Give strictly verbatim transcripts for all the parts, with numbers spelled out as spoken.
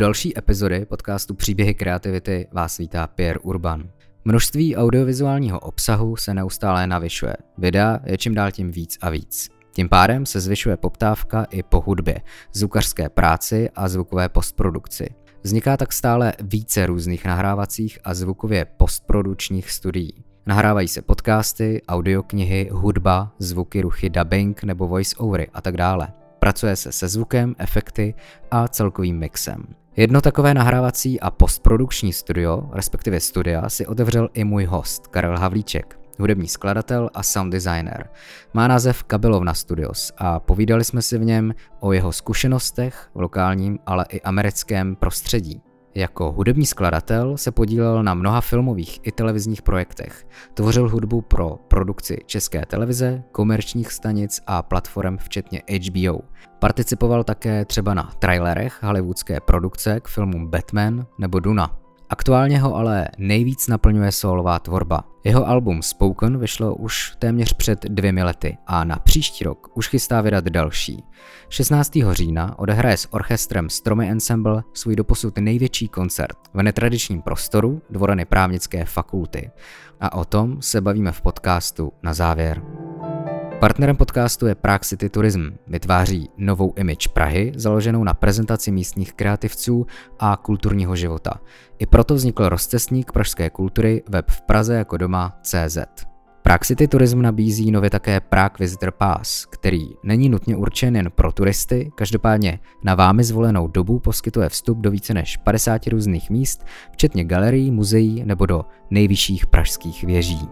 další epizody podcastu Příběhy kreativity vás vítá Pierre Urban. Množství audiovizuálního obsahu se neustále navyšuje. Videa je čím dál tím víc a víc. Tím pádem se zvyšuje poptávka i po hudbě, zvukařské práci a zvukové postprodukci. Vzniká tak stále více různých nahrávacích a zvukově postprodukčních studií. Nahrávají se podcasty, audioknihy, hudba, zvuky, ruchy, dubbing nebo voice-overy a tak dále. Pracuje se se zvukem, efekty a celkovým mixem. Jedno takové nahrávací a postprodukční studio, respektive studia, si otevřel i můj host, Karel Havlíček, hudební skladatel a sound designer. Má název Kabelovna Studios a povídali jsme si v něm o jeho zkušenostech v lokálním, ale i americkém prostředí. Jako hudební skladatel se podílel na mnoha filmových i televizních projektech. Tvořil hudbu pro produkci České televize, komerčních stanic a platform včetně H B O. Participoval také třeba na trailerech hollywoodské produkce k filmům Batman nebo Duna. Aktuálně ho ale nejvíc naplňuje sólová tvorba. Jeho album Spoken vyšlo už téměř před dvěmi lety a na příští rok už chystá vydat další. šestnáctého října odehraje s orchestrem Stromy Ensemble svůj doposud největší koncert v netradičním prostoru Dvorany právnické fakulty. A o tom se bavíme v podcastu na závěr. Partnerem podcastu je Prague City Tourism. Vytváří novou image Prahy, založenou na prezentaci místních kreativců a kulturního života. I proto vznikl rozcestník pražské kultury web v Praze jako doma tečka cé zet. Prague City Tourism nabízí nově také Prague Visitor Pass, který není nutně určen jen pro turisty, každopádně na vámi zvolenou dobu poskytuje vstup do více než padesáti různých míst, včetně galerií, muzeí nebo do nejvyšších pražských věží.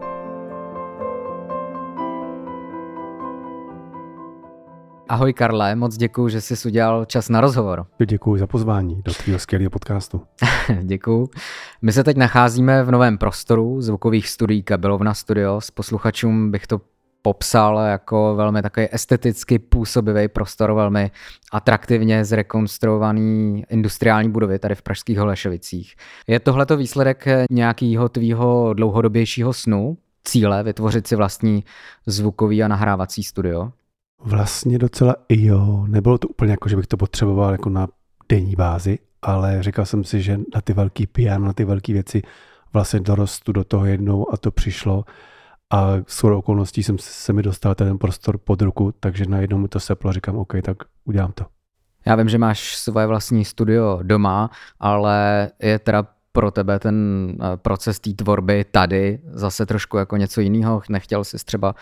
Ahoj Karle, moc děkuju, že jsi udělal čas na rozhovor. Děkuji za pozvání do tvého skvělého podcastu. Děkuju. My se teď nacházíme v novém prostoru zvukových studií Kabelovna Studios. Posluchačům bych to popsal jako velmi takový esteticky působivý prostor, velmi atraktivně zrekonstruovaný industriální budovy tady v pražských Holešovicích. Je tohleto výsledek nějakého tvýho dlouhodobějšího snu, cíle vytvořit si vlastní zvukový a nahrávací studio? Vlastně docela i jo. Nebylo to úplně jako, že bych to potřeboval jako na denní bázi, ale říkal jsem si, že na ty velký piano, na ty velké věci vlastně dorostu do toho jednou a to přišlo. A shodou okolností jsem se mi dostal ten prostor pod ruku, takže najednou mi to seplo a říkám, OK, tak udělám to. Já vím, že máš svoje vlastní studio doma, ale je teda pro tebe ten proces té tvorby tady zase trošku jako něco jiného. Nechtěl jsi třeba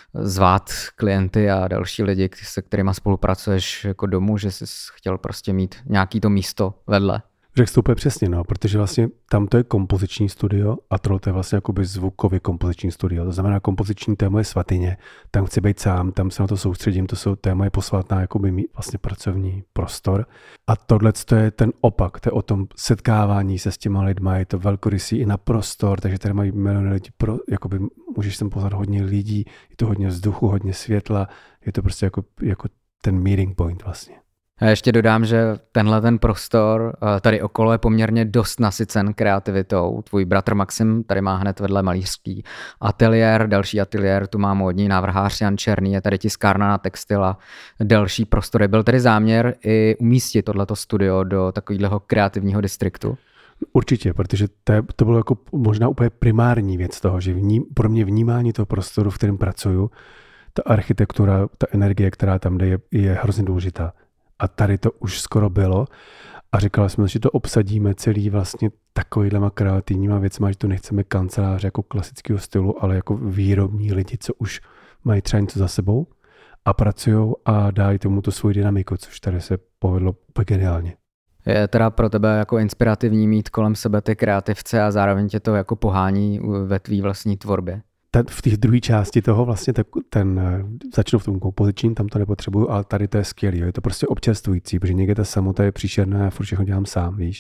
zvát klienty a další lidi, se kterými spolupracuješ jako domů, že jsi chtěl prostě mít nějaký to místo vedle? Řekl jsi to úplně přesně, no, protože vlastně tam to je kompoziční studio a tohle to je vlastně jakoby zvukový kompoziční studio. To znamená, kompoziční to je moje svatyně, tam chci být sám, tam se na to soustředím, to jsou to je moje posvátná jakoby vlastně pracovní prostor. A tohle to je ten opak, to je o tom setkávání se s těma lidma, je to velkorysý i na prostor, takže tady mají miliony lidí, pro, jakoby můžeš sem pozvat hodně lidí, je to hodně vzduchu, hodně světla, je to prostě jako, jako ten meeting point vlastně. Já ještě dodám, že tenhle ten prostor tady okolo je poměrně dost nasycen kreativitou. Tvůj bratr Maxim tady má hned vedle malířský ateliér, další ateliér, tu má módní návrhář Jan Černý, je tady tiskárna na textil a další prostory. Byl tedy záměr i umístit tohleto studio do takového kreativního distriktu? Určitě, protože to, je, to bylo jako možná úplně primární věc toho, že vním, pro mě vnímání toho prostoru, v kterém pracuju, ta architektura, ta energie, která tam jde, je, je hrozně důležitá. A tady to už skoro bylo a říkali jsme, že to obsadíme celý vlastně takovýhlema kreativníma věcma, že to nechceme kanceláře jako klasického stylu, ale jako výrobní lidi, co už mají třeba něco za sebou a pracují a dají tomu tu svou dynamiku, což tady se povedlo úplně geniálně. Je teda pro tebe jako inspirativní mít kolem sebe ty kreativce a zároveň tě to jako pohání ve tvý vlastní tvorbě? V té druhé části toho vlastně ten, začnu v tom kompozičním, tam to nepotřebuju, ale tady to je skvělý, je to prostě občerstvující, protože někde ta samota je příšerná, já furt všechno dělám sám, víš.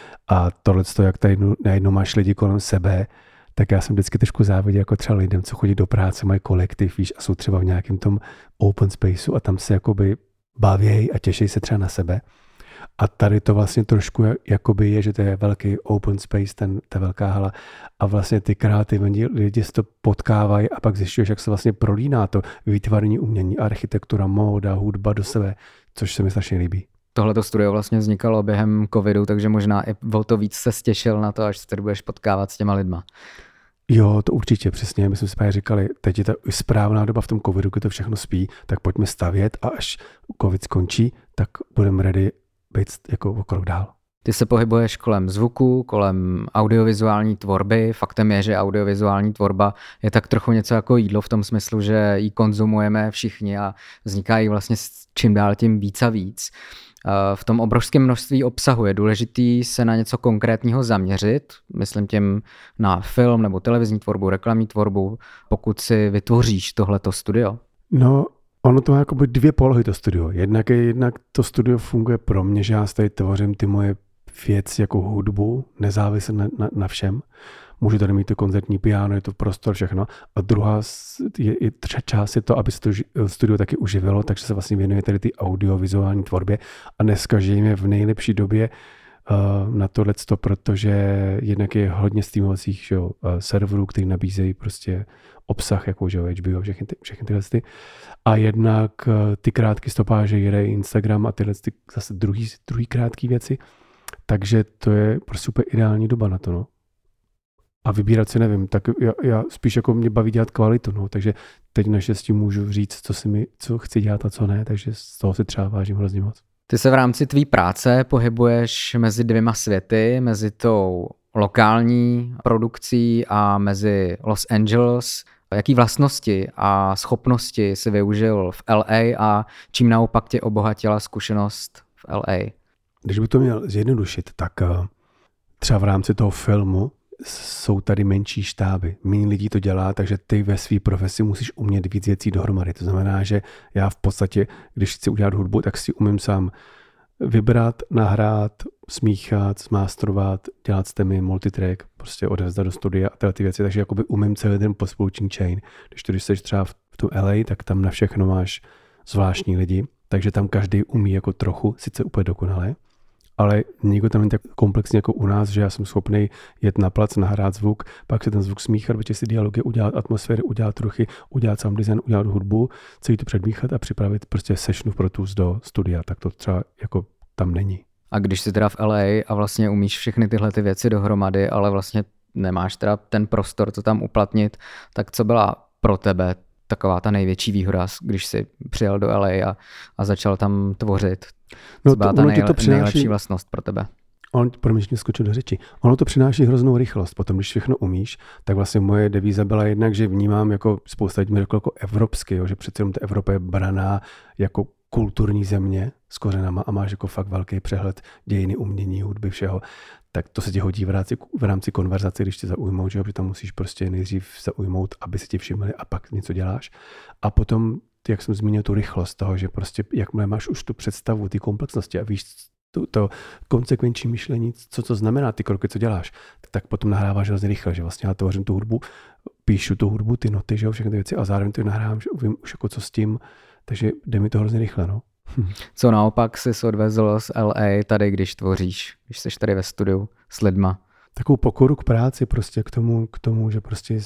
A tohle, jak tady najednou máš lidi kolem sebe, tak já jsem vždycky trošku záviděl jako třeba lidem, co chodí do práce, mají kolektiv, víš, a jsou třeba v nějakém tom open spaceu a tam se jakoby bavějí a těší se třeba na sebe. A tady to vlastně trošku jakoby je, že to je velký open space, ten, ta velká hala a vlastně ty kreativní lidi se to potkávají a pak zjišťuješ, jak se vlastně prolíná to výtvarní umění, architektura, móda, hudba do sebe, což se mi strašně líbí. tohleto studio vlastně vznikalo během covidu, takže možná i o to víc se stěšil na to, až se tady budeš potkávat s těma lidma. Jo, to určitě, přesně. My jsme si právě říkali, teď je ta správná doba v tom covidu, kdy to všechno spí, tak pojďme stavět a až covid skončí, tak budeme ready být jako o krok dál. Ty se pohybuješ kolem zvuku, kolem audiovizuální tvorby. Faktem je, že audiovizuální tvorba je tak trochu něco jako jídlo v tom smyslu, že ji konzumujeme všichni a vznikají vlastně čím dál tím víc a víc. V tom obrovském množství obsahu je důležitý se na něco konkrétního zaměřit, myslím tím na film nebo televizní tvorbu, reklamní tvorbu, pokud si vytvoříš tohleto studio. No, ono to má jakoby dvě polohy to studio. Jednak je, jednak to studio funguje pro mě, že já tady tvořím ty moje věci jako hudbu, nezávisle na, na, na všem. Můžu tady mít to koncertní piano, je to prostor, všechno. A druhá je, je, část je to, aby se to studio taky uživilo, takže se vlastně věnuje tady ty audiovizuální tvorbě. A dneska žijeme v nejlepší době uh, na tohleto, protože jednak je hodně streamovacích uh, serverů, který nabízejí prostě obsah, jako že H B O, všechny, ty, všechny tyhle ty. A jednak uh, ty krátké stopáže jede Instagram a tyhle ty zase druhý, druhý krátké věci. Takže to je prostě úplně ideální doba na to, no. A vybírat si nevím, tak já, já spíš jako mě baví dělat kvalitu, no, takže teď naštěstí můžu říct, co si mi, co chci dělat a co ne, takže z toho si třeba vážím hrozně moc. Ty se v rámci tvý práce pohybuješ mezi dvěma světy, mezi tou lokální produkcí a mezi Los Angeles. Jaký vlastnosti a schopnosti si využil v L A a čím naopak tě obohatila zkušenost v L A? Když by to měl zjednodušit, tak třeba v rámci toho filmu jsou tady menší štáby. Méně lidí to dělá, takže ty ve své profesi musíš umět víc věcí dohromady. To znamená, že já v podstatě, když chci udělat hudbu, tak si umím sám vybrat, nahrát, smíchat, zmástrovat, dělat stémy, multitrack, prostě odevzdat do studia a tyhle ty věci. Takže jakoby umím celý ten postprodukční chain. Když to, když jsi třeba v tu L A, tak tam na všechno máš zvláštní lidi, takže tam každý umí jako trochu, sice úplně dokonale, ale nikdo tam není tak komplexně jako u nás, že já jsem schopný jet na plac, nahrát zvuk, pak se ten zvuk smíchat, protože si dialogy, udělat atmosféry, udělat ruchy, udělat sound design, udělat hudbu, celý to předmíchat a připravit prostě sessionu pro tu do studia, tak to třeba jako tam není. A když jsi teda v L A a vlastně umíš všechny tyhle ty věci dohromady, ale vlastně nemáš teda ten prostor, co tam uplatnit, tak co byla pro tebe taková ta největší výhoda, když jsi přijel do L A a, a začal tam tvořit? Co no byla to, ta nejle, to přináší, nejlepší vlastnost pro tebe? On, pro mě skočil do řeči. Ono to přináší hroznou rychlost. Potom, když všechno umíš, tak vlastně moje devíza byla jednak, že vnímám jako spousta lidí mi řeklo jako evropsky, jo, že přece jenom ta Evropa je braná jako kulturní země s kořenama a máš jako fakt velký přehled dějiny, umění, hudby, všeho. Tak to se ti hodí v rámci, v rámci konverzace, když tě zaujmou, že, jo, že tam musíš prostě nejdřív zaujmout, aby se ti všimli a pak něco děláš. A potom, jak jsem zmínil, tu rychlost toho, že prostě jakmile máš už tu představu, ty komplexnosti a víš to, to konsekvenční myšlení, co to znamená ty kroky, co děláš, tak potom nahráváš hrozně rychle, že vlastně já tvořím tu hudbu, píšu tu hudbu, ty noty, že jo, všechny ty věci a zároveň to nahrávám, že vím už jako co s tím, takže jde mi to hrozně rychle, no. Hm. Co naopak jsi odvezl z L A tady, když tvoříš, když jsi tady ve studiu s lidma? Takovou pokoru k práci prostě k tomu, k tomu, že prostě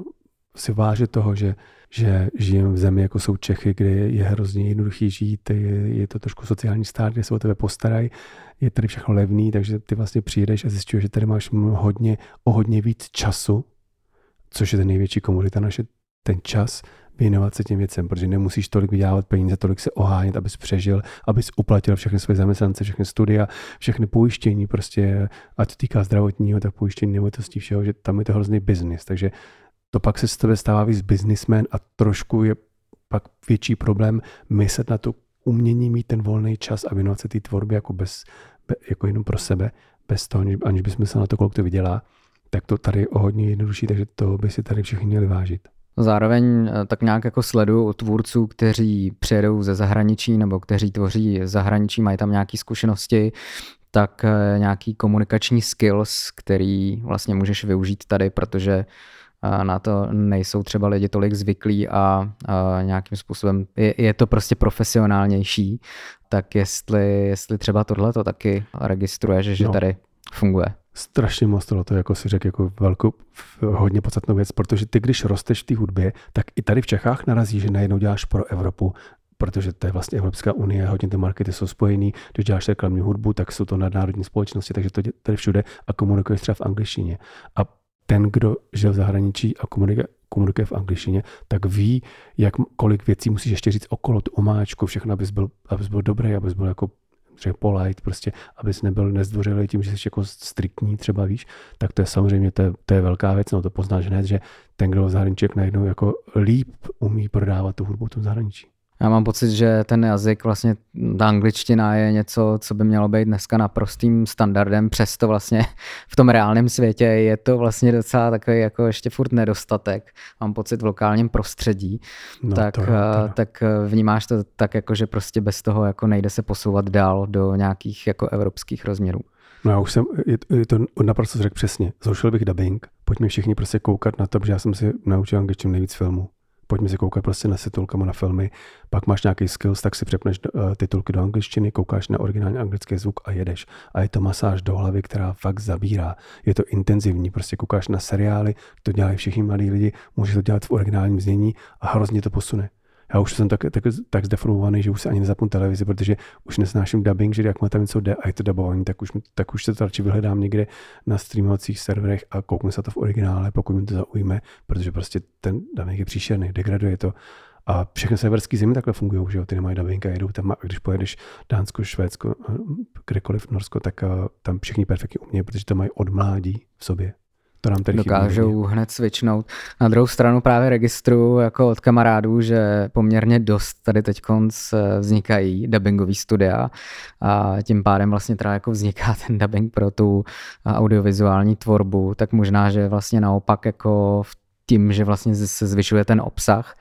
si vážit toho, že, že žijeme v zemi, jako jsou Čechy, kde je hrozně jednoduchý žít, je, je to trošku sociální stát, kde se o tebe postarají, je tady všechno levný, takže ty vlastně přijdeš a zjišťuješ, že tady máš hodně, o hodně víc času, což je ten největší komodita naše, ten čas věnovat se těm věcem, protože nemusíš tolik vydělávat peníze, tolik se ohánět, abys přežil, abys uplatil všechny své zaměstnance, všechny studia, všechny pojištění, prostě, ať to týká zdravotního, tak pojištění nemovitostí, všeho, že tam je to hrozný biznis, takže to pak se z tebe stává víc businessman a trošku je pak větší problém myslet na to umění, mít ten volný čas a věnovat se té tvorbě jako, bez, jako jenom pro sebe, bez toho, aniž bys myslel na to, kolik to vydělá, tak to tady je o hodně jednodušší, takže to by si tady všichni měli vážit. Zároveň tak nějak jako sleduju tvůrců, kteří přijedou ze zahraničí nebo kteří tvoří zahraničí, mají tam nějaké zkušenosti, tak nějaký komunikační skills, který vlastně můžeš využít tady, protože na to nejsou třeba lidi tolik zvyklí a, a nějakým způsobem je, je to prostě profesionálnější, tak jestli, jestli třeba tohle to taky registruješ, že no. Tady funguje. Strašně moc tohle, to jako si řekl, jako velkou, hodně podstatnou věc, protože ty, když rosteš v té hudbě, tak i tady v Čechách narazí, že najednou děláš pro Evropu protože to je vlastně Evropská unie, hodně ty markety jsou spojený, když děláš reklamní hudbu, tak jsou to nadnárodní společnosti, takže to tady všude a komunikuješ třeba v angličtině. A ten, kdo žil v zahraničí a komunikuje, komunikuje v angličtině, tak ví, jak, kolik věcí musíš ještě říct okolo, tu omáčku, všechno, abys byl, abys byl dobrý, abys byl jako třeba polite, prostě, abys nebyl nezdvořilý tím, že jsi jako striktní třeba, víš, tak to je samozřejmě, to je, to je velká věc, no to poznáš hned, že ten, kdo v zahraničí najednou jako líp umí prodávat tu hudbu v tom zahraničí. Já mám pocit, že ten jazyk, vlastně ta angličtina je něco, co by mělo být dneska naprostým standardem, přesto vlastně v tom reálném světě je to vlastně docela takový jako ještě furt nedostatek. Mám pocit v lokálním prostředí, no, tak, to, to. tak vnímáš to tak jako, že prostě bez toho jako nejde se posouvat dál do nějakých jako evropských rozměrů. No já už jsem, je, je to naprosto řekl přesně, zrušil bych dubbing, pojďme všichni prostě koukat na to, protože já jsem si naučil angličtinu nejvíc filmů. Pojďme si koukat prostě na titulkama na filmy, pak máš nějaký skills, tak si přepneš uh, titulky do angličtiny, koukáš na originální anglický zvuk a jedeš. A je to masáž do hlavy, která fakt zabírá. Je to intenzivní, prostě koukáš na seriály, to dělají všichni mladí lidi, můžeš to dělat v originálním znění a hrozně to posune. Já už jsem tak, tak, tak zdeformovaný, že už se ani nezapnu televizi, protože už nesnáším dubbing, že jakmile tam něco jde a je to dubování, tak už, tak už se to radši vyhledám někde na streamovacích serverech a kouknu se to v originále, pokud mi to zaujme, protože prostě ten dubbing je příšerný, degraduje to. A všechny severské země takhle fungují, že jo, ty nemají dubbing a jedou tam a když pojedeš Dánsko, Švédsko, kdekoliv Norsko, tak tam všichni perfektně umějí, protože to mají od mládí v sobě. To nám tady dokážou hned switchnout. Na druhou stranu právě registruju jako od kamarádů, že poměrně dost tady teďkonc vznikají dubbingový studia a tím pádem vlastně teda jako vzniká ten dubbing pro tu audiovizuální tvorbu, tak možná, že vlastně naopak jako v tím, že vlastně se zvyšuje ten obsah,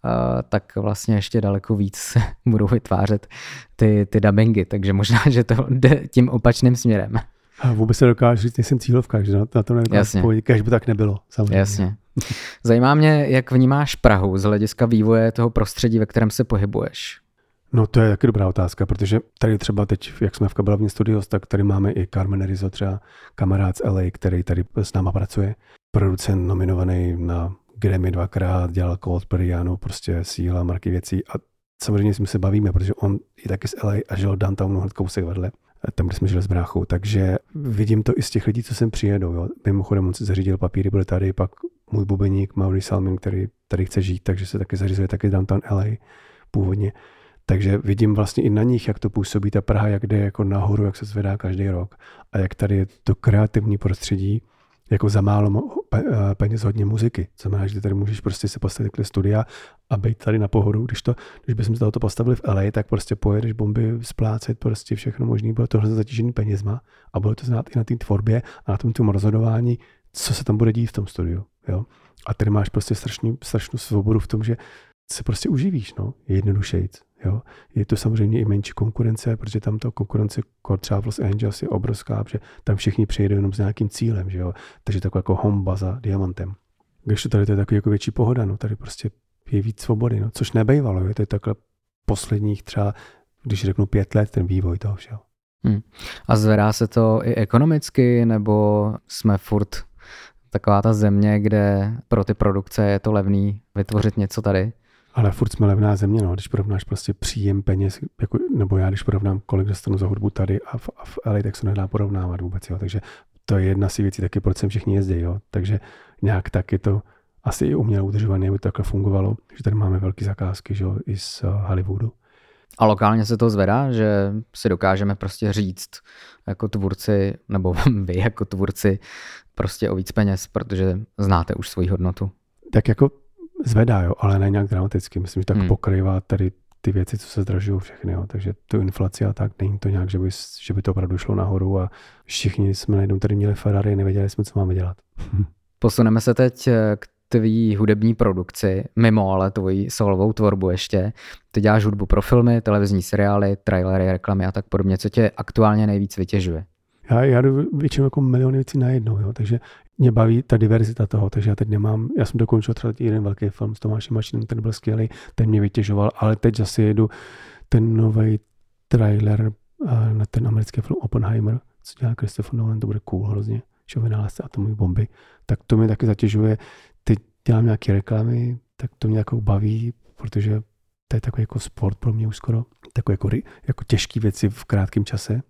tak vlastně ještě daleko víc budou vytvářet ty, ty dubbingy, takže možná, že to jde tím opačným směrem. A vůbec se dokážu říct, nejsem cílovka, že na to nedokážu povědět, když by tak nebylo. Samozřejmě. Jasně. Zajímá mě, jak vnímáš Prahu z hlediska vývoje toho prostředí, ve kterém se pohybuješ? No to je taky dobrá otázka, protože tady třeba teď, jak jsme v Kabelovní studios, tak tady máme i Carmen Rizzo, třeba kamarád z L A, který tady s náma pracuje. Producent nominovaný na Grammy dvakrát, dělal Coldplay, prostě síla, marky věcí a samozřejmě jsme se bavíme, protože on je taky z L A a žil downtownu hned kousek vedle. Tam, kde jsme žili s bráchou, takže vidím to i z těch lidí, co sem přijedou. Jo. Mimochodem, on si zařídil papíry, bude tady, pak můj bubeník Maurice Salmin, který tady chce žít, takže se taky zařizuje taky downtown L A původně. Takže vidím vlastně i na nich, jak to působí ta Praha, jak jde jako nahoru, jak se zvedá každý rok a jak tady je to kreativní prostředí, jako za málo peněz hodně muziky. To znamená, že tady můžeš prostě se postavit takhle studia a být tady na pohodu. Když, to, když bychom to postavili v L A, tak prostě pojedeš bomby splácet, prostě všechno možné. Bylo to hrozně zatížený penězma a bylo to znát i na té tvorbě a na tom tom rozhodování, co se tam bude dít v tom studiu. Jo? A tady máš prostě strašný, strašnou svobodu v tom, že se prostě uživíš, no, jednodušejc. Jo? Je to samozřejmě i menší konkurence, protože tam to konkurence třeba v Los Angeles je obrovská, protože tam všichni přijedou jenom s nějakým cílem, že jo? Takže taková jako homba za diamantem. Když to tady to je takový jako větší pohoda, no, tady prostě je víc svobody, no, což nebejvalo, je to je takhle posledních třeba, když řeknu pět let, ten vývoj toho všeho. Hmm. A zvedá se to i ekonomicky, nebo jsme furt taková ta země, kde pro ty produkce je to levný vytvořit něco tady? Ale furt jsme levná země, no, když porovnáš prostě příjem peněz, jako, nebo já když porovnám, kolik dostanu za hudbu tady a v, a v L A, tak se nedá porovnávat vůbec, jo. Takže to je jedna z věcí taky, proč sem všichni jezdí, jo. Takže nějak tak je to asi i uměle udržované, aby to takhle fungovalo, že tady máme velké zakázky, že jo, i z Hollywoodu. A lokálně se to zvedá, že si dokážeme prostě říct jako tvůrci, nebo vy jako tvůrci, prostě o víc peněz, protože znáte už svoji hodnotu. Tak jako zvedá, jo, ale ne nějak dramaticky. Myslím, že tak hmm. pokrývá tady ty věci, co se zdražují všechny. Jo. Takže tu inflaci a tak, není to nějak, že by, že by to opravdu šlo nahoru a všichni jsme najednou tady měli Ferrari, nevěděli jsme, co máme dělat. Posuneme se teď k tvý hudební produkci, mimo ale tvoji solovou tvorbu ještě. Ty děláš hudbu pro filmy, televizní seriály, trailery, reklamy a tak podobně. Co tě aktuálně nejvíc vytěžuje? Já, já jdu většinou jako miliony věcí najednou, jo, takže mě baví ta diverzita toho, takže já teď nemám, já jsem dokončil třeba jeden velký film s Tomášem Mašinem, ten byl skvělý, ten mě vytěžoval, ale teď zase jedu ten nový trailer na ten americký film Oppenheimer, co dělá Christopher Nolan, to bude cool hrozně, že vynálezce atomové bomby, tak to mě taky zatěžuje. Teď dělám nějaké reklamy, tak to mě jako baví, protože to je takový jako sport pro mě už skoro, takový jako, jako těžký věci v krátkém čase.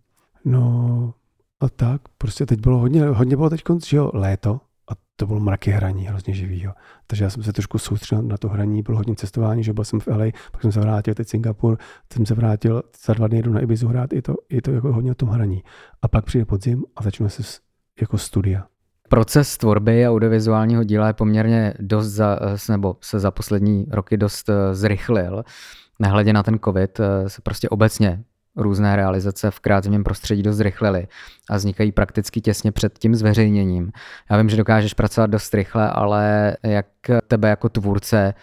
No a tak, prostě teď bylo hodně, hodně bylo teď konc, že jo, léto a to bylo mraky hraní, hrozně živýho. Takže já jsem se trošku soustředil na to hraní, bylo hodně cestování, že byl jsem v L A, pak jsem se vrátil, teď Singapur, teď jsem se vrátil, za dva dny jedu na Ibizu hrát, je to, je to jako hodně o tom hraní. A pak přijde podzim a začnu se jako studia. Proces tvorby audiovizuálního díla je poměrně dost, za, nebo se za poslední roky dost zrychlil. Nehledě na ten covid se prostě obecně různé realizace v kreativním prostředí dost zrychlily a vznikají prakticky těsně před tím zveřejněním. Já vím, že dokážeš pracovat dost rychle, ale jak tebe jako tvůrce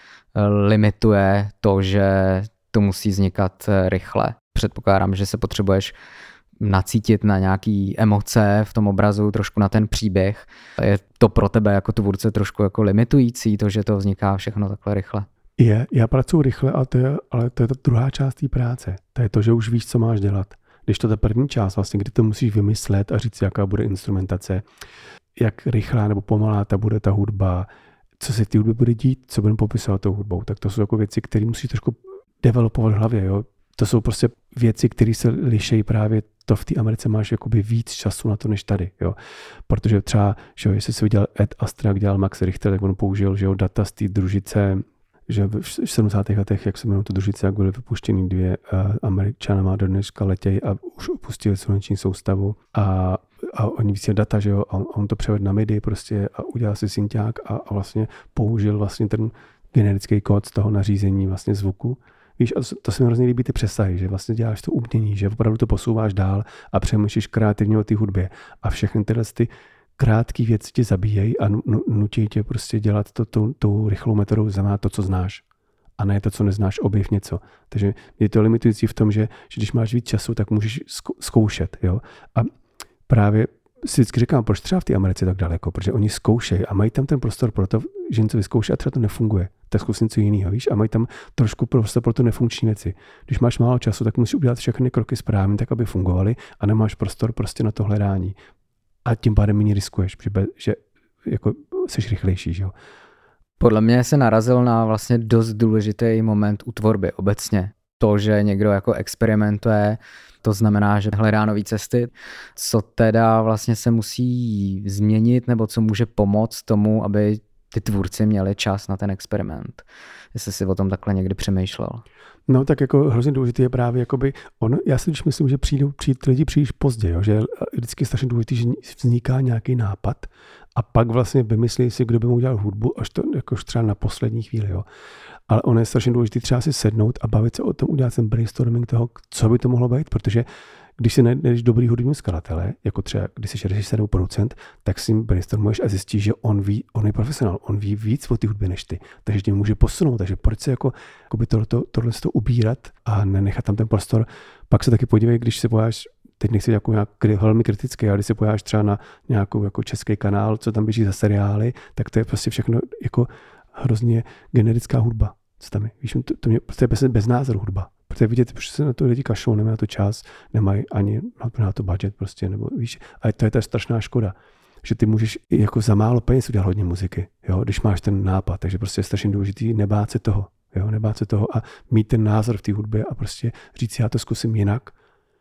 limituje to, že to musí vznikat rychle? Předpokládám, že se potřebuješ nacítit na nějaký emoce v tom obrazu, trošku na ten příběh. Je to pro tebe jako tvůrce trošku jako limitující, to, že to vzniká všechno takhle rychle? Je, já pracuji rychle, ale to je, ale to je ta druhá část té práce. To je to, že už víš, co máš dělat. Když to ta první část, vlastně, kdy to musíš vymyslet a říct, jaká bude instrumentace, jak rychlá nebo pomalá ta bude ta hudba, co se v té hudbě bude dít, co budeme popisovat tou hudbou, tak to jsou jako věci, které musíš trošku developovat v hlavě. Jo? To jsou prostě věci, které se liší právě. To v té Americe máš jakoby víc času na to, než tady, jo. Protože třeba, že jo, jestli jsi viděl Ed Astra, jak dělal Max Richter, tak on použil, že jo, data z té družice, že v sedmdesátých letech, jak se jmenují tu družice, jak byly vypuštěny dvě uh, Američanama do dneška letějí a už opustili sluneční soustavu a, a oni vysílali data, že jo, a on, on to převedl na midi prostě a udělal si synťák a, a vlastně použil vlastně ten generický kód z toho nařízení vlastně zvuku. Víš, a to se mi hrozně líbí ty přesahy, že vlastně děláš to umění, že opravdu to posouváš dál a přemýšlíš kreativně o té hudbě. A všechny tyhle ty krátké věci tě zabíjejí a nutí tě prostě dělat to tou, tou rychlou metodou, znamená to, co znáš. A ne to, co neznáš, objev něco. Takže je to limitující v tom, že, že když máš víc času, tak můžeš zkoušet. Jo? A právě si vždycky říkám, proč třeba v té Americe tak daleko, protože oni zkoušejí a mají tam ten prostor pro to, že něco vyzkouší a třeba to nefunguje. Tak zkus něco jiného, víš? A mají tam trošku prostor pro to nefunkční věci. Když máš málo času, tak musíš udělat všechny kroky správně, tak aby fungovaly a nemáš prostor prostě na to hledání. A tím pádem méně riskuješ, že, be, že jako jsi rychlejší, že jo? Podle mě se narazil na vlastně dost důležitý moment u tvorby obecně. To, že někdo jako experimentuje, to znamená, že hledá nové cesty. Co teda vlastně se musí změnit, nebo co může pomoct tomu, aby ty tvůrci měli čas na ten experiment? Jestli si o tom takhle někdy přemýšlel. No tak jako hrozně důležité je právě jakoby, on, já si myslím, že přijdou přijít lidi příliš pozdě, jo? Že vždycky je strašně důležité, že vzniká nějaký nápad a pak vlastně vymyslí si, kdo by mu udělal hudbu, až to jakož třeba na poslední chvíli. Jo? Ale ono je strašně důležité třeba si sednout a bavit se o tom, udělat ten brainstorming toho, co by to mohlo být, protože když si najdeš dobrý hudební skladatele, jako třeba když jsi režisér nebo producent, tak si brainstormuješ a zjistíš, že on ví, on je profesionál, on ví víc o té hudbě než ty, takže tě může posunout, takže proč se jako, jako by tohleto, tohleto ubírat a nenechat tam ten prostor. Pak se taky podívej, když se pojáš, teď nechci jako nějak velmi kritický, ale když se pojáš třeba na nějakou jako český kanál, co tam běží za seriály, tak to je prostě všechno jako hrozně generická hudba. Co tam je? Víš, to, to mě prostě bez, bez názoru hudba. Protože vidět, že se na to lidi kašlou, nemají na to čas, nemají ani na to budget prostě, nebo víš, a to je ta strašná škoda, že ty můžeš jako za málo peněz udělat hodně muziky, jo, když máš ten nápad, takže prostě je strašně důležitý nebát se toho, jo, nebát se toho a mít ten názor v té hudbě a prostě říct, já to zkusím jinak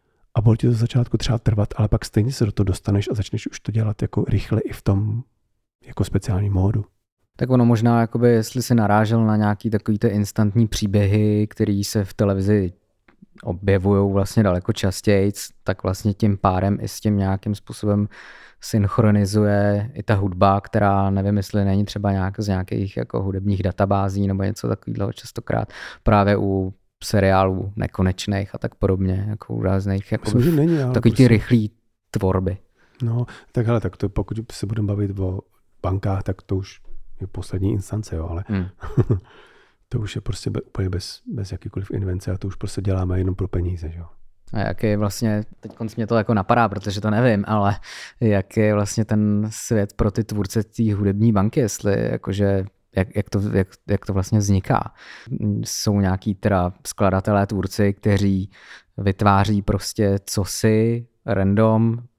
a bude ti to z začátku třeba trvat, ale pak stejně se do toho dostaneš a začneš už to dělat jako rychle i v tom jako speciální módu. Tak ono možná, jakoby, jestli si narážel na nějaký takový ty instantní příběhy, který se v televizi objevují vlastně daleko častěji, tak vlastně tím pádem i s tím nějakým způsobem synchronizuje i ta hudba, která nevím, jestli není třeba nějak z nějakých jako hudebních databází nebo něco takového častokrát právě u seriálů nekonečných a tak podobně, jako u různých jako Myslím, v, není, takový ty rychlý tvorby. No, tak hele, tak to pokud se budeme bavit o bankách, tak to už je poslední instance, jo, ale hmm. to už je prostě be, úplně bez, bez jakýkoliv invence a to už prostě děláme jenom pro peníze, jo. A jak je vlastně, teď mě to jako napadá, protože to nevím, ale jak je vlastně ten svět pro ty tvůrce té hudební banky, jestli jakože jak, jak, to, jak, jak to vlastně vzniká. Jsou nějaký teda skladatelé, tvůrci, kteří vytváří prostě cosi random,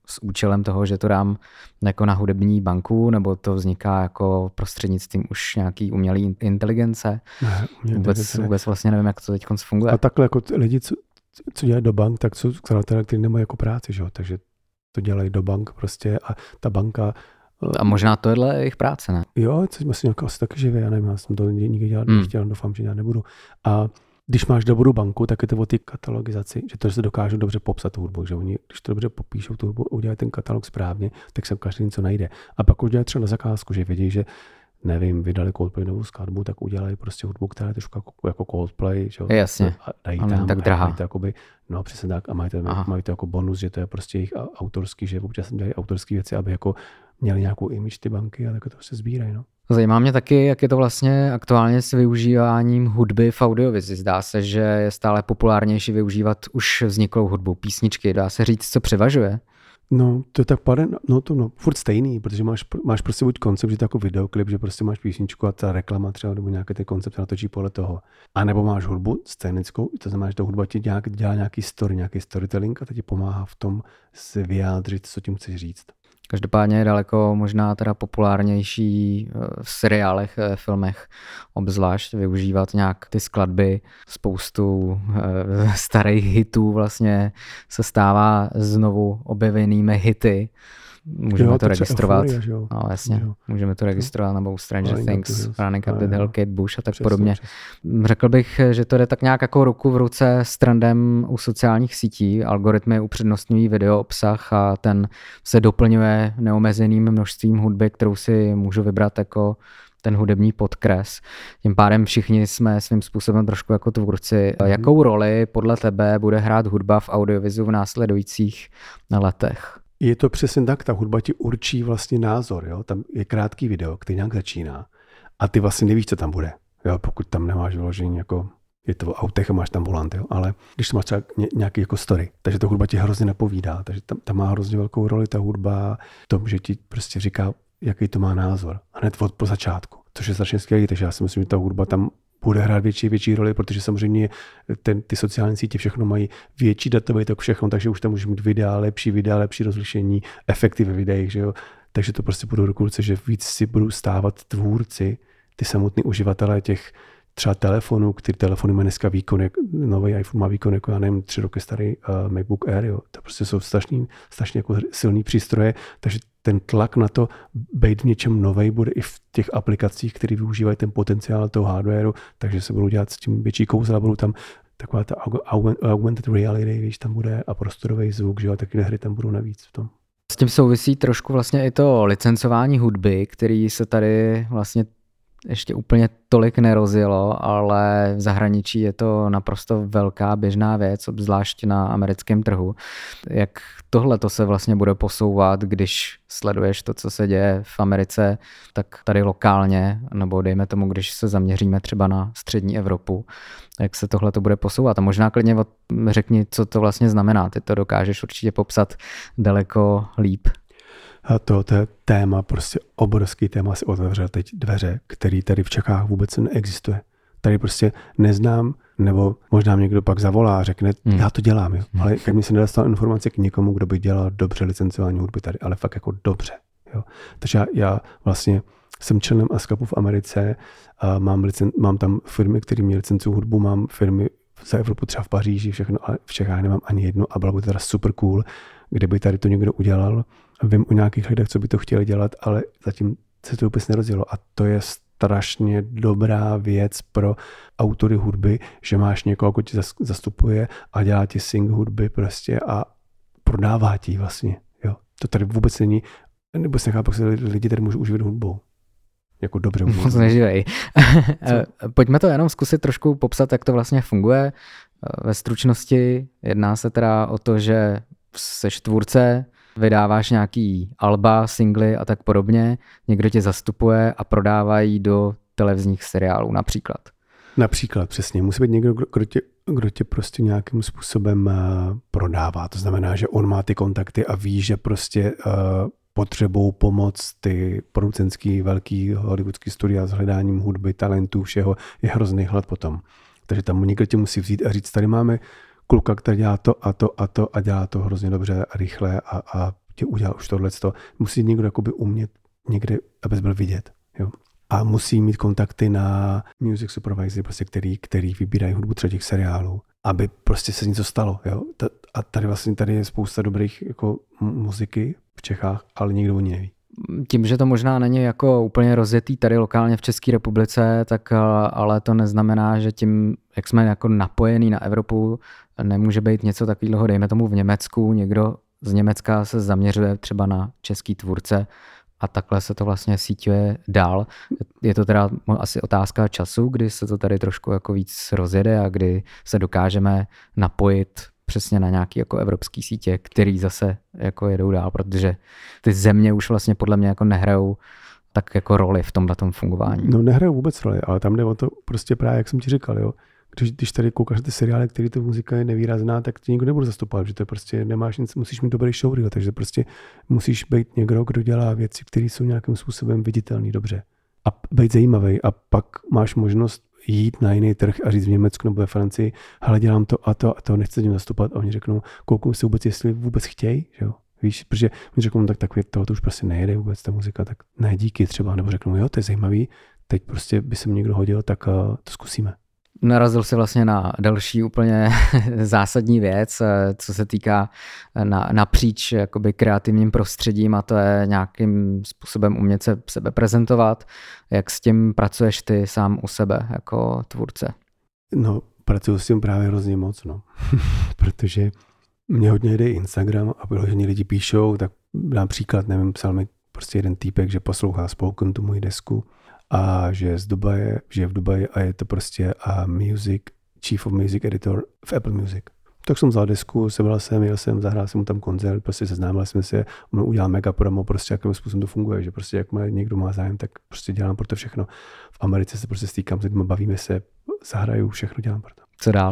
s účelem toho, že to dám jako na hudební banku, nebo to vzniká jako prostřednictvím už nějaký umělé inteligence? Ne, vůbec, vůbec vlastně nevím, jak to teď funguje. A takhle jako lidi, co, co dělají do bank, tak jsou skladatelé, kteří nemají jako práci, že? Takže to dělají do bank prostě a ta banka... A možná tohle je jejich práce, ne? Jo, což vlastně jako asi taky živě, já nevím, já jsem to nikdy dělat hmm. nechtěl, doufám, že dělat nebudu. A když máš dobrou banku, tak je to o té katalogizaci, že to, že se dokážou dobře popsat tu hudbu, že oni, když to dobře popíšou tu hudbu, udělají ten katalog správně, tak se každý něco najde. A pak udělají třeba na zakázku, že vědí, že nevím, vydali Coldplay novou skladbu, tak udělají prostě hudbu, která je trošku jako, jako Coldplay, že? Jasně. A dají tam, tak drahá. A to jakoby, no přesně tak, a mají to, mají to jako bonus, že to je prostě jejich autorský, že občas dělají autorské věci, aby jako měli nějakou image ty banky a tak to se sbírají, no. Zajímá mě taky, jak je to vlastně aktuálně s využíváním hudby v audiovizi. Zdá se, že je stále populárnější využívat už vzniklou hudbu, písničky. Dá se říct, co převažuje? No, to je tak pade, no to no, furt stejný, protože máš, máš prostě buď koncept, že to jako videoklip, že prostě máš písničku a ta reklama třeba, nebo nějaký ten koncept se natočí podle toho. A nebo máš hudbu scénickou, to znamená, že ta hudba ti dělá, dělá nějaký story, nějaký storytelling a to ti pomáhá v tom si vyjádřit, co tím chceš říct. Každopádně je daleko možná teda populárnější v seriálech, filmech, obzvlášť využívat nějak ty skladby. Spoustu starých hitů vlastně se stává znovu objevenými hity. Můžeme jo, to registrovat. Euforia, jo. No, jasně. Jo. Můžeme to registrovat nebo Stranger Running Things, Running Up the Hill, Kate Bush a tak přesně, podobně. Přesně. Řekl bych, že to jde tak nějak jako ruku v ruce s trendem u sociálních sítí. Algoritmy upřednostňují video obsah a ten se doplňuje neomezeným množstvím hudby, kterou si můžu vybrat jako ten hudební podkres. Tím pádem všichni jsme svým způsobem trošku jako tvůrci. Mm. Jakou roli podle tebe bude hrát hudba v audiovizu v následujících letech? Je to přesně tak, ta hudba ti určí vlastně názor, jo? Tam je krátký video, který nějak začíná a ty vlastně nevíš, co tam bude, jo? Pokud tam nemáš vyložení jako, je to v autech a máš tam volant, jo? Ale když máš třeba nějaký jako story, takže ta hudba ti hrozně napovídá, takže tam, tam má hrozně velkou roli ta hudba v tom, že ti prostě říká, jaký to má názor, hned od po začátku, což je strašně skvělý, takže já si myslím, že ta hudba tam bude hrát větší větší roli, protože samozřejmě ten, ty sociální sítě všechno mají větší datový tok všechno, takže už tam můžeš mít videa, lepší videa, lepší rozlišení, efekty ve videích, že jo. Takže to prostě budou ruku ruce, že víc si budou stávat tvůrci, ty samotní uživatelé těch třeba telefonů, který telefony má dneska výkon, jak nový iPhone má výkon, jako já nevím, tři roky starý uh, MacBook Air, jo. To prostě jsou strašný, strašně jako silný přístroje, takže ten tlak na to být v něčem novej bude i v těch aplikacích, které využívají ten potenciál toho hardwareu, takže se budou dělat s tím větší kouzla, budou tam taková ta augmented reality, víš, tam bude a prostorový zvuk, že jo, takové hry tam budou navíc v tom. S tím souvisí trošku vlastně i to licencování hudby, který se tady vlastně ještě úplně tolik nerozjelo, ale v zahraničí je to naprosto velká běžná věc, obzvlášť na americkém trhu. Jak tohle to se vlastně bude posouvat, když sleduješ to, co se děje v Americe, tak tady lokálně, nebo dejme tomu, když se zaměříme třeba na střední Evropu, jak se tohle to bude posouvat. A možná klidně řekni, co to vlastně znamená. Ty to dokážeš určitě popsat daleko líp. A to, to je téma, prostě obrovský téma si otevřel teď dveře, který tady v Čechách vůbec neexistuje. Tady prostě neznám, nebo možná mě někdo pak zavolá a řekne, hmm. já to dělám, jo. Ale jak mi se nedostal informace k někomu, kdo by dělal dobře licencování hudby tady, ale fakt jako dobře. Jo. Takže já, já vlastně jsem členem ASCAPu v Americe, a mám, licen, mám tam firmy, které mě licencují hudbu, mám firmy za Evropu třeba v Paříži, všechno, ale v Čechách nemám ani jedno a bylo by to teda super cool, kdyby tady to někdo udělal. Vím o nějakých lidech, co by to chtěli dělat, ale zatím se to vůbec nerozjelo. A to je strašně dobrá věc pro autory hudby, že máš někoho, kdo ti zastupuje a dělá ti sing hudby prostě a prodává ti vlastně. Jo. To tady vůbec není, nebo se nechápu, jak se lidi tady můžou uživit hudbou. Jako dobře. Moc neživej. Pojďme to jenom zkusit trošku popsat, jak to vlastně funguje. Ve stručnosti jedná se teda o to, že seš tvůrce, vydáváš nějaký alba, singly a tak podobně, někdo tě zastupuje a prodávají do televizních seriálů například. Například, přesně. Musí být někdo, kdo tě, kdo tě prostě nějakým způsobem prodává. To znamená, že on má ty kontakty a ví, že prostě uh, potřebují pomoc ty producentský velký hollywoodský studia s hledáním hudby, talentů, všeho. Je hrozný hlad potom. Takže tam někdo tě musí vzít a říct, tady máme kluka, který dělá to a to a to a dělá to hrozně dobře a rychle a, a tě udělal už tohleto. Musí někdo jakoby umět někde, abys byl vidět. Jo. A musí mít kontakty na music supervisory, prostě, který, který vybírají hudbu třeba těch seriálů, aby prostě se něco stalo. Jo. A tady vlastně tady je spousta dobrých jako muziky v Čechách, ale nikdo o ní neví. Tím, že to možná není jako úplně rozjetý tady lokálně v České republice, tak ale to neznamená, že tím, jak jsme jako napojení na Evropu, nemůže být něco takového, dejme tomu v Německu, někdo z Německa se zaměřuje třeba na český tvůrce a takhle se to vlastně síťuje dál. Je to teda asi otázka času, kdy se to tady trošku jako víc rozjede a kdy se dokážeme napojit přesně na nějaké jako evropské sítě, který zase jako jedou dál, protože ty země už vlastně podle mě jako nehrajou tak jako roli v tomhletom fungování. No nehrajou vůbec roli, ale tam jde o to prostě právě, jak jsem ti říkal, jo. Když, když tady koukáš ty seriály, který ta muzika je nevýrazná, tak ti nikdo nebude zastupovat, že to je prostě nemáš nic, musíš mít dobrý showreel, takže prostě musíš být někdo, kdo dělá věci, které jsou nějakým způsobem viditelné dobře. A být zajímavý a pak máš možnost jít na jiný trh a říct v Německu nebo ve Francii, hele, dělám to a to a to, nechci tím zastupovat. A oni řeknou, kouknou si vůbec, jestli vůbec chtějí, že jo. Víš, protože mi řeknou, tak takový toho to už prostě nejede vůbec ta muzika, tak ne, díky třeba, nebo řeknou, jo, to je zajímavý, teď prostě by se mi někdo hodil, tak uh, to zkusíme. Narazil se vlastně na další úplně zásadní věc, co se týká na, napříč jakoby kreativním prostředím, a to je nějakým způsobem umět se sebe prezentovat. Jak s tím pracuješ ty sám u sebe jako tvůrce? No, pracuji s tím právě hrozně moc, no. Protože mě hodně jde Instagram a hodně lidi píšou, tak například, nevím, psal mi prostě jeden týpek, že poslouchá Spoken, tu moji desku, a že je z Dubaje, že je v Dubaji a je to prostě a music, chief of music editor v Apple Music. Tak jsem vzal desku, sebral jsem, jel jsem, zahrál jsem mu tam koncert, prostě seznámil jsme se, on udělal mega promo, prostě jakým způsobem to funguje, že prostě jakmile někdo má zájem, tak prostě dělám pro to všechno. V Americe se prostě stýkám s lidmi, bavíme se, zahraju, všechno dělám pro to. Co dál?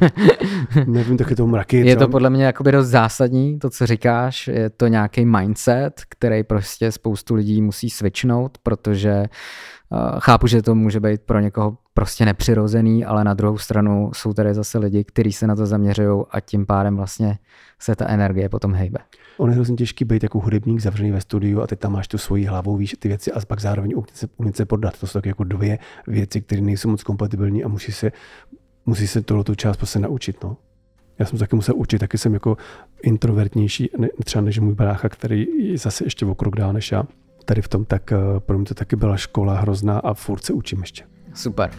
Nevím, tak je to mraky. Je to podle mě jakoby dost zásadní, to, co říkáš, je to nějaký mindset, který prostě spoustu lidí musí switchnout, protože uh, chápu, že to může být pro někoho prostě nepřirozený, ale na druhou stranu jsou tady zase lidi, kteří se na to zaměřují a tím pádem vlastně se ta energie potom hejbe. On je hrozně těžký být jako hudebník zavřený ve studiu a ty tam máš tu svoji hlavou, víš ty věci a pak zároveň umět se, umět se podat. To jsou tak jako dvě věci, které nejsou moc kompatibilní a musí se musí se tohleto část prostě naučit, no. Já jsem se taky musel učit, taky jsem jako introvertnější, ne, třeba než můj brácha, který je zase ještě o krok dál než já. Tady v tom, tak pro mě to taky byla škola hrozná a furt se učím ještě. Super.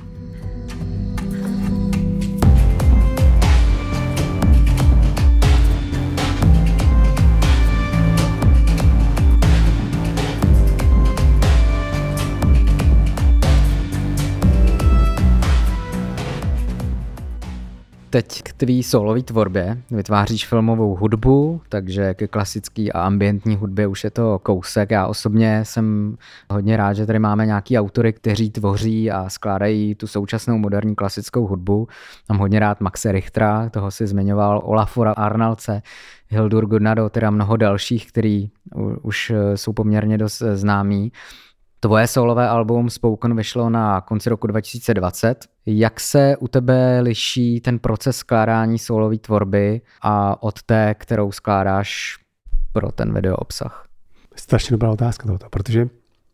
Teď k tvý solový tvorbě. Vytváříš filmovou hudbu, takže ke klasický a ambientní hudbě už je to kousek. Já osobně jsem hodně rád, že tady máme nějaký autory, kteří tvoří a skládají tu současnou moderní klasickou hudbu. Mám hodně rád Maxe Richtera, toho si zmiňoval, Olafura Arnaldse, Hildur Guðnadóttir a mnoho dalších, který už jsou poměrně dost známí. Tvoje solové album Spoken vyšlo na konci roku dva tisíce dvacet. Jak se u tebe liší ten proces skládání solové tvorby a od té, kterou skládáš pro ten video obsah? Strašně dobrá otázka tohoto, protože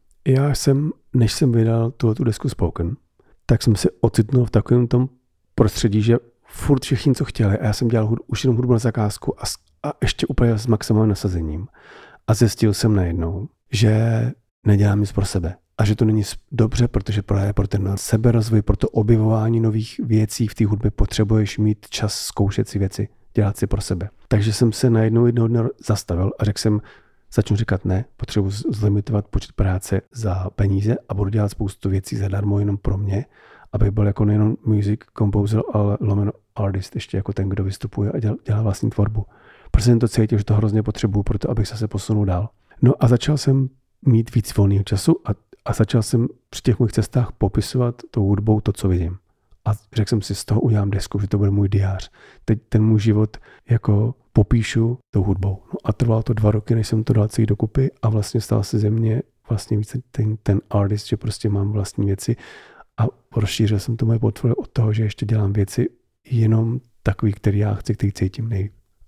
já jsem, než jsem vydal tuhletu desku Spoken, tak jsem se ocitnul v takovém tom prostředí, že furt všichni, co chtěli, a já jsem dělal hudbu, už jenom hudbu na zakázku a, a ještě úplně s maximálním nasazením. A zjistil jsem najednou, že nedělám nic pro sebe. A že to není dobře, protože právě pro ten seberozvoj, pro to objevování nových věcí v té hudbě potřebuješ mít čas zkoušet si věci, dělat si pro sebe. Takže jsem se najednou jednoho dne zastavil a řekl jsem, začnu říkat ne, potřebuji zlimitovat počet práce za peníze a budu dělat spoustu věcí zadarmo jenom pro mě, aby byl jako nejenom music composer, ale lomeno artist, ještě jako ten, kdo vystupuje a dělá, dělá vlastní tvorbu. Protože jsem to cítil, že to hrozně potřebuju pro to, abych se posunul dál. No a začal jsem mít víc volného času a, a začal jsem při těch mých cestách popisovat tou hudbou to, co vidím. A řekl jsem si, z toho udělám desku, že to bude můj diář. Teď ten můj život jako popíšu tou hudbou. No a trvalo to dva roky, než jsem to dal celý dokupy a vlastně stal se ze mě vlastně více ten, ten artist, že prostě mám vlastní věci a rozšířil jsem to moje portfolio od toho, že ještě dělám věci jenom takový, který já chci, který cítím nejvíc.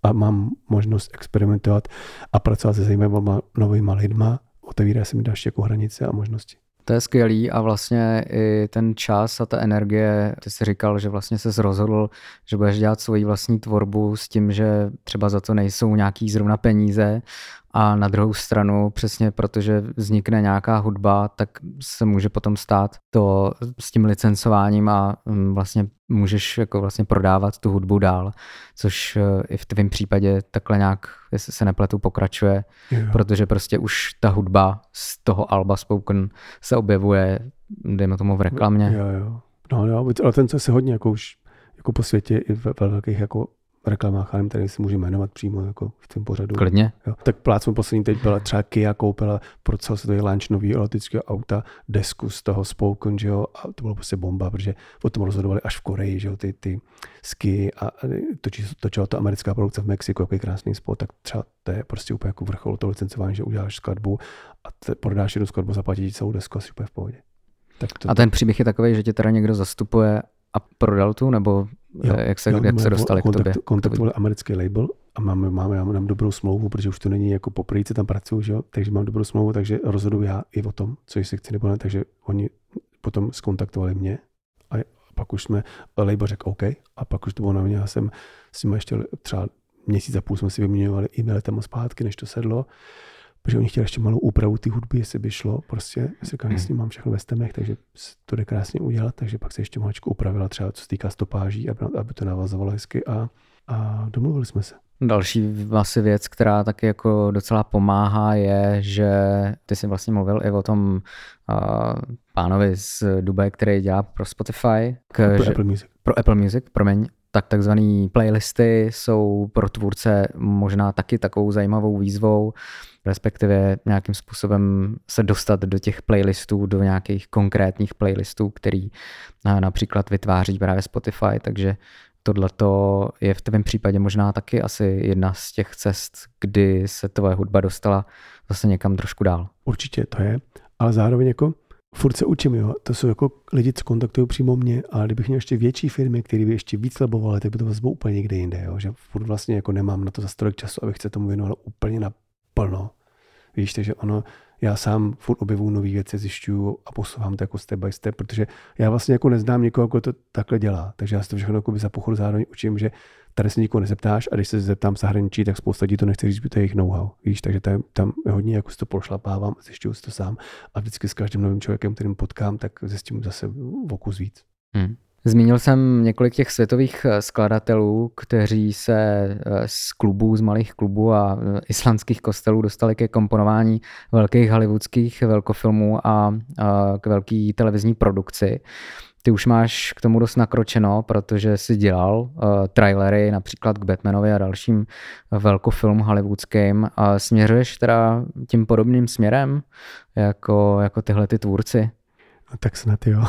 a mám možnost experimentovat a pracovat se zajímavými novými lidma, otevírá se mi další jako hranice a možnosti. To je skvělý a vlastně i ten čas a ta energie, ty jsi říkal, že vlastně ses rozhodl, že budeš dělat svoji vlastní tvorbu s tím, že třeba za to nejsou nějaký zrovna peníze a na druhou stranu přesně protože vznikne nějaká hudba, tak se může potom stát to s tím licencováním a vlastně můžeš jako vlastně prodávat tu hudbu dál, což i v tvém případě takhle nějak, jestli se nepletu, pokračuje, jo. Protože prostě už ta hudba z toho alba Spoken se objevuje, dejme tomu v reklamě. Jo, jo. No, no, ale ten se hodně jako už jako po světě i ve velkých jako reklamách, ale tady si můžeme jmenovat přímo jako v tom pořadu. Klidně. Jo. Tak plácnu poslední teď byla třeba Kia koupila pro celosvětový launch nový elektrického auta desku z toho Spoken, že jo, a to bylo prostě bomba, protože o tom rozhodovali až v Koreji, že jo, ty, ty ski a točí, točila to americká produkce v Mexiku, jaký krásný spot, tak třeba to je prostě úplně jako vrchol toho licencování, že uděláš skladbu a te, prodáš jednu skladbu, zaplatí celou desku a jsi úplně v pohodě. Tak to, a ten příběh je takový, že tě teda někdo zastupuje a prodal tu, nebo jo, jak se, jo, jak se dostali kontakt, k tobě? Kontaktovali americký label a máme, máme, máme nám dobrou smlouvu, protože už to není jako poprvé, co tam pracuju, že jo? Takže mám dobrou smlouvu, takže rozhoduji já i o tom, co si chci nebo ne, takže oni potom skontaktovali mě a pak už jsme, label řekl OK a pak už to bylo na mě, já jsem s nimi ještě třeba měsíc a půl jsme si vyměňovali e-maily tam zpátky, než to sedlo, protože oni chtěli ještě malou úpravu té hudby, jestli by šlo, prostě, já si říkám, s ním mám všechno ve stemech, takže to jde krásně udělat, takže pak se ještě maličko upravila třeba, co se týká stopáží, aby, aby to navazovalo hezky a, a domluvili jsme se. Další asi věc, která taky jako docela pomáhá, je, že ty jsi vlastně mluvil i o tom uh, pánovi z Dubaje, který dělá pro Spotify. K, pro že, Apple Music. Pro Apple Music, promiň. Tak takzvaný playlisty jsou pro tvůrce možná taky takovou zajímavou výzvou, respektive nějakým způsobem se dostat do těch playlistů, do nějakých konkrétních playlistů, který například vytváří právě Spotify, takže tohleto je v tvém případě možná taky asi jedna z těch cest, kdy se tvoje hudba dostala zase někam trošku dál. Určitě to je, ale zároveň jako furt se učím, jo. To jsou jako lidi, co kontaktují přímo mě, ale kdybych měl ještě větší firmy, které by ještě víc slebovaly, tak by to bylo úplně někde jinde, jo. Že furt vlastně jako nemám na to za tolik času, abych se tomu věnoval úplně naplno. Víš, takže ono, já sám furt objevuju nové věci, zjišťuju a posouvám to jako step by step, protože já vlastně jako neznám někoho, kdo to takhle dělá. Takže já se to všechno jako za pochodu zároveň učím, že tady se nikoho nezeptáš a když se zeptám v zahraničí, tak spousta lidí to nechce říct, že to je jejich know-how. Víš, takže tam, tam hodně jako si to pošlapávám, zjišťuju si to sám a vždycky s každým novým člověkem, kterým potkám, tak zjistím zase o kus víc. Hmm. Zmínil jsem několik těch světových skladatelů, kteří se z klubů, z malých klubů a islandských kostelů dostali ke komponování velkých hollywoodských velkofilmů a, a k velké televizní produkci. Ty už máš k tomu dost nakročeno, protože jsi dělal uh, trailery například k Batmanovi a dalším velkofilmům hollywoodským. A směřuješ teda tím podobným směrem jako, jako tyhle ty tvůrci? No, tak snad jo.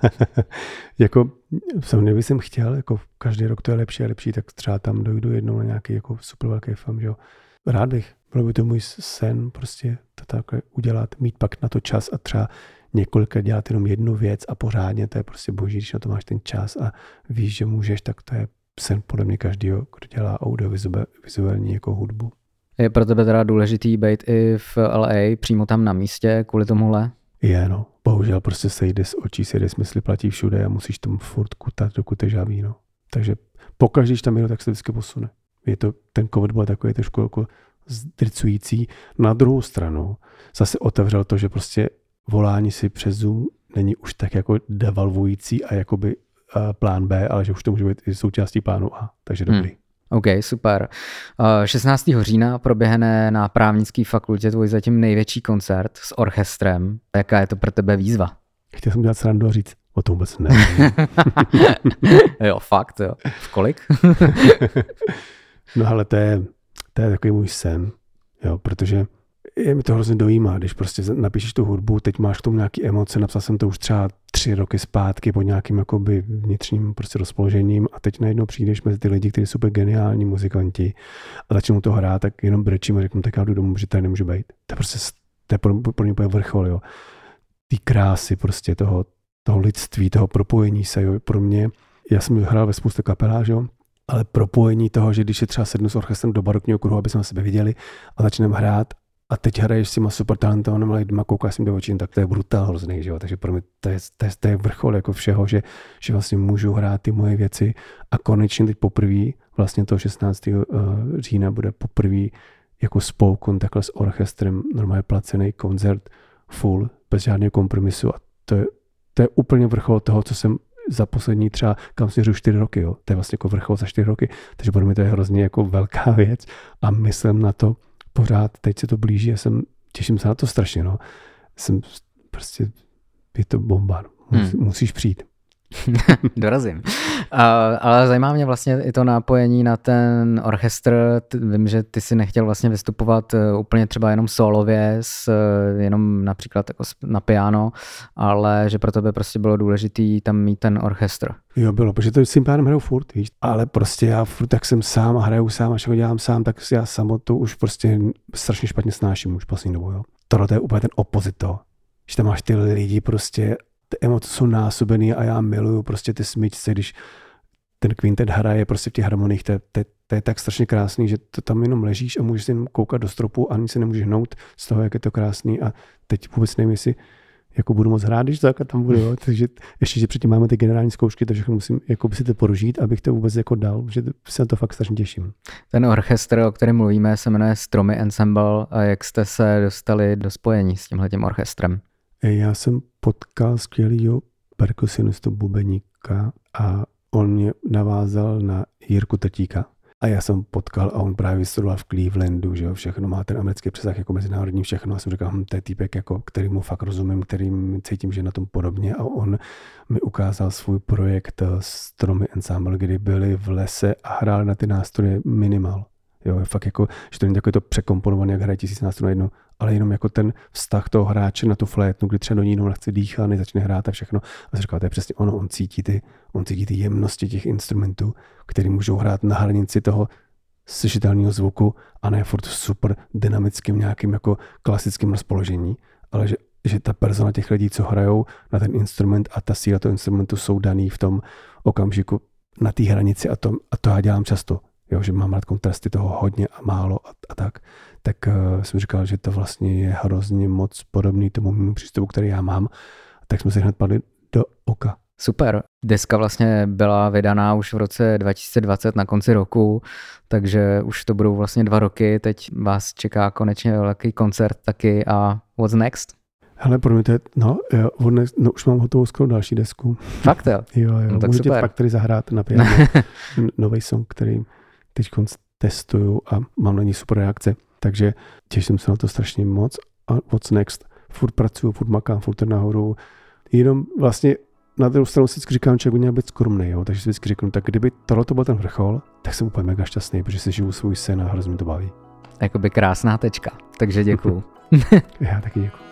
Jako samozřejmě bych jsem chtěl, jako každý rok to je lepší a lepší, tak třeba tam dojdu jednou na nějaký jako super velký film, že jo. Rád bych, byl by to můj sen prostě to takhle udělat, mít pak na to čas a třeba několikrát dělat jenom jednu věc a pořádně, to je prostě boží, když na to máš ten čas a víš, že můžeš, tak to je sen podle mě každýho, kdo dělá audiovizuální jako hudbu. Je pro tebe teda důležitý být i v L A, přímo tam na místě, kvůli tomuhle? Je, no. Bohužel prostě sejde z očí, sejde smysly, platí všude a musíš tam furt kutat, dokud je žavý, no. Takže pokaždé, když tam jdu, tak se vždycky posune. Je to, ten covid byl takový trošku jako zdrcující. Na druhou stranu zase otevřel to, že prostě volání si přes Zoom není už tak jako devalvující a jakoby uh, plán B, ale že už to může být i součástí plánu A, takže dobrý. Hmm. OK, super. šestnáctého října proběhne na právnické fakultě tvůj zatím největší koncert s orchestrem. Jaká je to pro tebe výzva? Chtěl jsem dělat srandu a říct, o tom vůbec ne. Jo, fakt, jo. V kolik? No ale to je, to je takový můj sen, jo, protože je mi to hrozně dojímá, když prostě napíšeš tu hudbu, teď máš k tomu nějaký emoce, napsal jsem to už třeba tři roky zpátky pod nějakým jakoby vnitřním prostě rozpoložením a teď najednou přijdeš mezi ty lidi, kteří jsou super geniální muzikanti a začnou to hrát, tak jenom brečím a řeknu, tak já jdu domů, že tady nemůžu být. To je prostě, to je pro, pro mě úplně vrchol, jo. Ty krásy prostě toho, toho lidství, toho propojení se, jo, pro mě, já jsem hrál ve spoustě kapelách, jo, ale propojení toho, že když je třeba sednu s orchestrem do barokního kruhu, aby jsme sebe viděli a začneme hrát a teď hraješ s těma super talentovanými lidma, koukáš jim do očí, tak to je brutál hrozný, že jo? Takže pro mě to je, to je, to je vrchol jako všeho, že, že vlastně můžu hrát ty moje věci a konečně teď poprvé, vlastně toho šestnáctého října bude poprvé jako spoken takhle s orchestrem, normálně placený koncert full, bez žádného kompromisu a to je, to je úplně vrchol toho, co jsem za poslední třeba, kam směřuji čtyři roky, jo. To je vlastně jako vrchol za čtyři roky, takže pro mě to je hrozně jako velká věc a myslím na to pořád, teď se to blíží, já jsem, těším se na to strašně, no. Jsem prostě, je to bomba, Mus, hmm. musíš přijít. Dorazím. A, ale zajímá mě vlastně i to nápojení na ten orchestr. Vím, že ty si nechtěl vlastně vystupovat úplně třeba jenom solově, s, jenom například jako na piano, ale že pro tebe prostě bylo důležitý tam mít ten orchestr. Jo, bylo, protože to s tím pánem hraju furt, víš, ale prostě já furt tak jsem sám a hraju sám a všechno dělám sám, tak já samotu už prostě strašně špatně snáším už poslední dobu, jo. Tohle je úplně ten opozit toho, že tam máš ty lidi prostě, ty emoce jsou násobený a já miluju prostě ty smyčce, když ten kvintet hraje prostě v těch harmoniích, to, to, to je tak strašně krásný, že to tam jenom ležíš a můžeš si jenom koukat do stropu a ani se nemůžeš hnout z toho, jak je to krásný a teď vůbec nevím, jestli jako budu moc hrát, když to tam budu, jo. Takže ještě, že předtím máme ty generální zkoušky, takže musím jako by si to poružít, abych to vůbec jako dal, že se na to fakt strašně těším. Ten orchestr, o kterém mluvíme, se jmenuje Stromy Ensemble a jak jste se dostali do spojení s tímhletím orchestrem? Já jsem potkal skvělýho perkusionistu bubeníka a on mě navázal na Jirku Trtíka. A já jsem potkal a on právě studoval v Clevelandu, že jo, všechno má ten americký přesah jako mezinárodní všechno a jsem říkal, hm, to je týpek, jako, který mu fakt rozumím, kterým cítím, že je na tom podobně a on mi ukázal svůj projekt Stromy Ensemble, kdy byli v lese a hráli na ty nástroje minimal. Jo, fakt jako, že to není takové to překomponované, jak hraje tisíc nástrojů na jedno, ale jenom jako ten vztah toho hráče na tu flétnu, kdy třeba do ní jenom lehce dýchá, než začne hrát a všechno. A jsem říkal, to je přesně ono, on cítí ty, on cítí ty jemnosti těch instrumentů, které můžou hrát na hranici toho slyšitelného zvuku a ne furt super dynamickým nějakým jako klasickým rozpoložení, ale že, že ta persona těch lidí, co hrajou na ten instrument a ta síla toho instrumentu jsou daný v tom okamžiku na té hranici a to, a to já dělám často. Jo, že mám rád kontrasty toho hodně a málo a, a tak, tak uh, jsem říkal, že to vlastně je hrozně moc podobný tomu mému přístupu, který já mám, tak jsme se hned padli do oka. Super. Deska vlastně byla vydaná už v roce dva tisíce dvacet na konci roku, takže už to budou vlastně dva roky, teď vás čeká konečně velký koncert taky a what's next? Hele, pro mě to je, no, jo, next, no už mám hotovou skoro další desku. Fakt jo? Jo, jo, no, tak můžu tě super. fakt tady zahrát na piano nový song, který teď testuju a mám na ní super reakce, takže těším se na to strašně moc a what's next? Furt pracuju, furt makám, furt nahoru, jenom vlastně na druhou stranu si vždycky říkám, že by měl být skromný, jo? Takže si vždycky řeknu, tak kdyby tohle to byl ten vrchol, tak jsem úplně mega šťastný, protože si žiju svůj sen a hrozně to baví. Jakoby krásná tečka, takže děkuju. Já taky děkuju.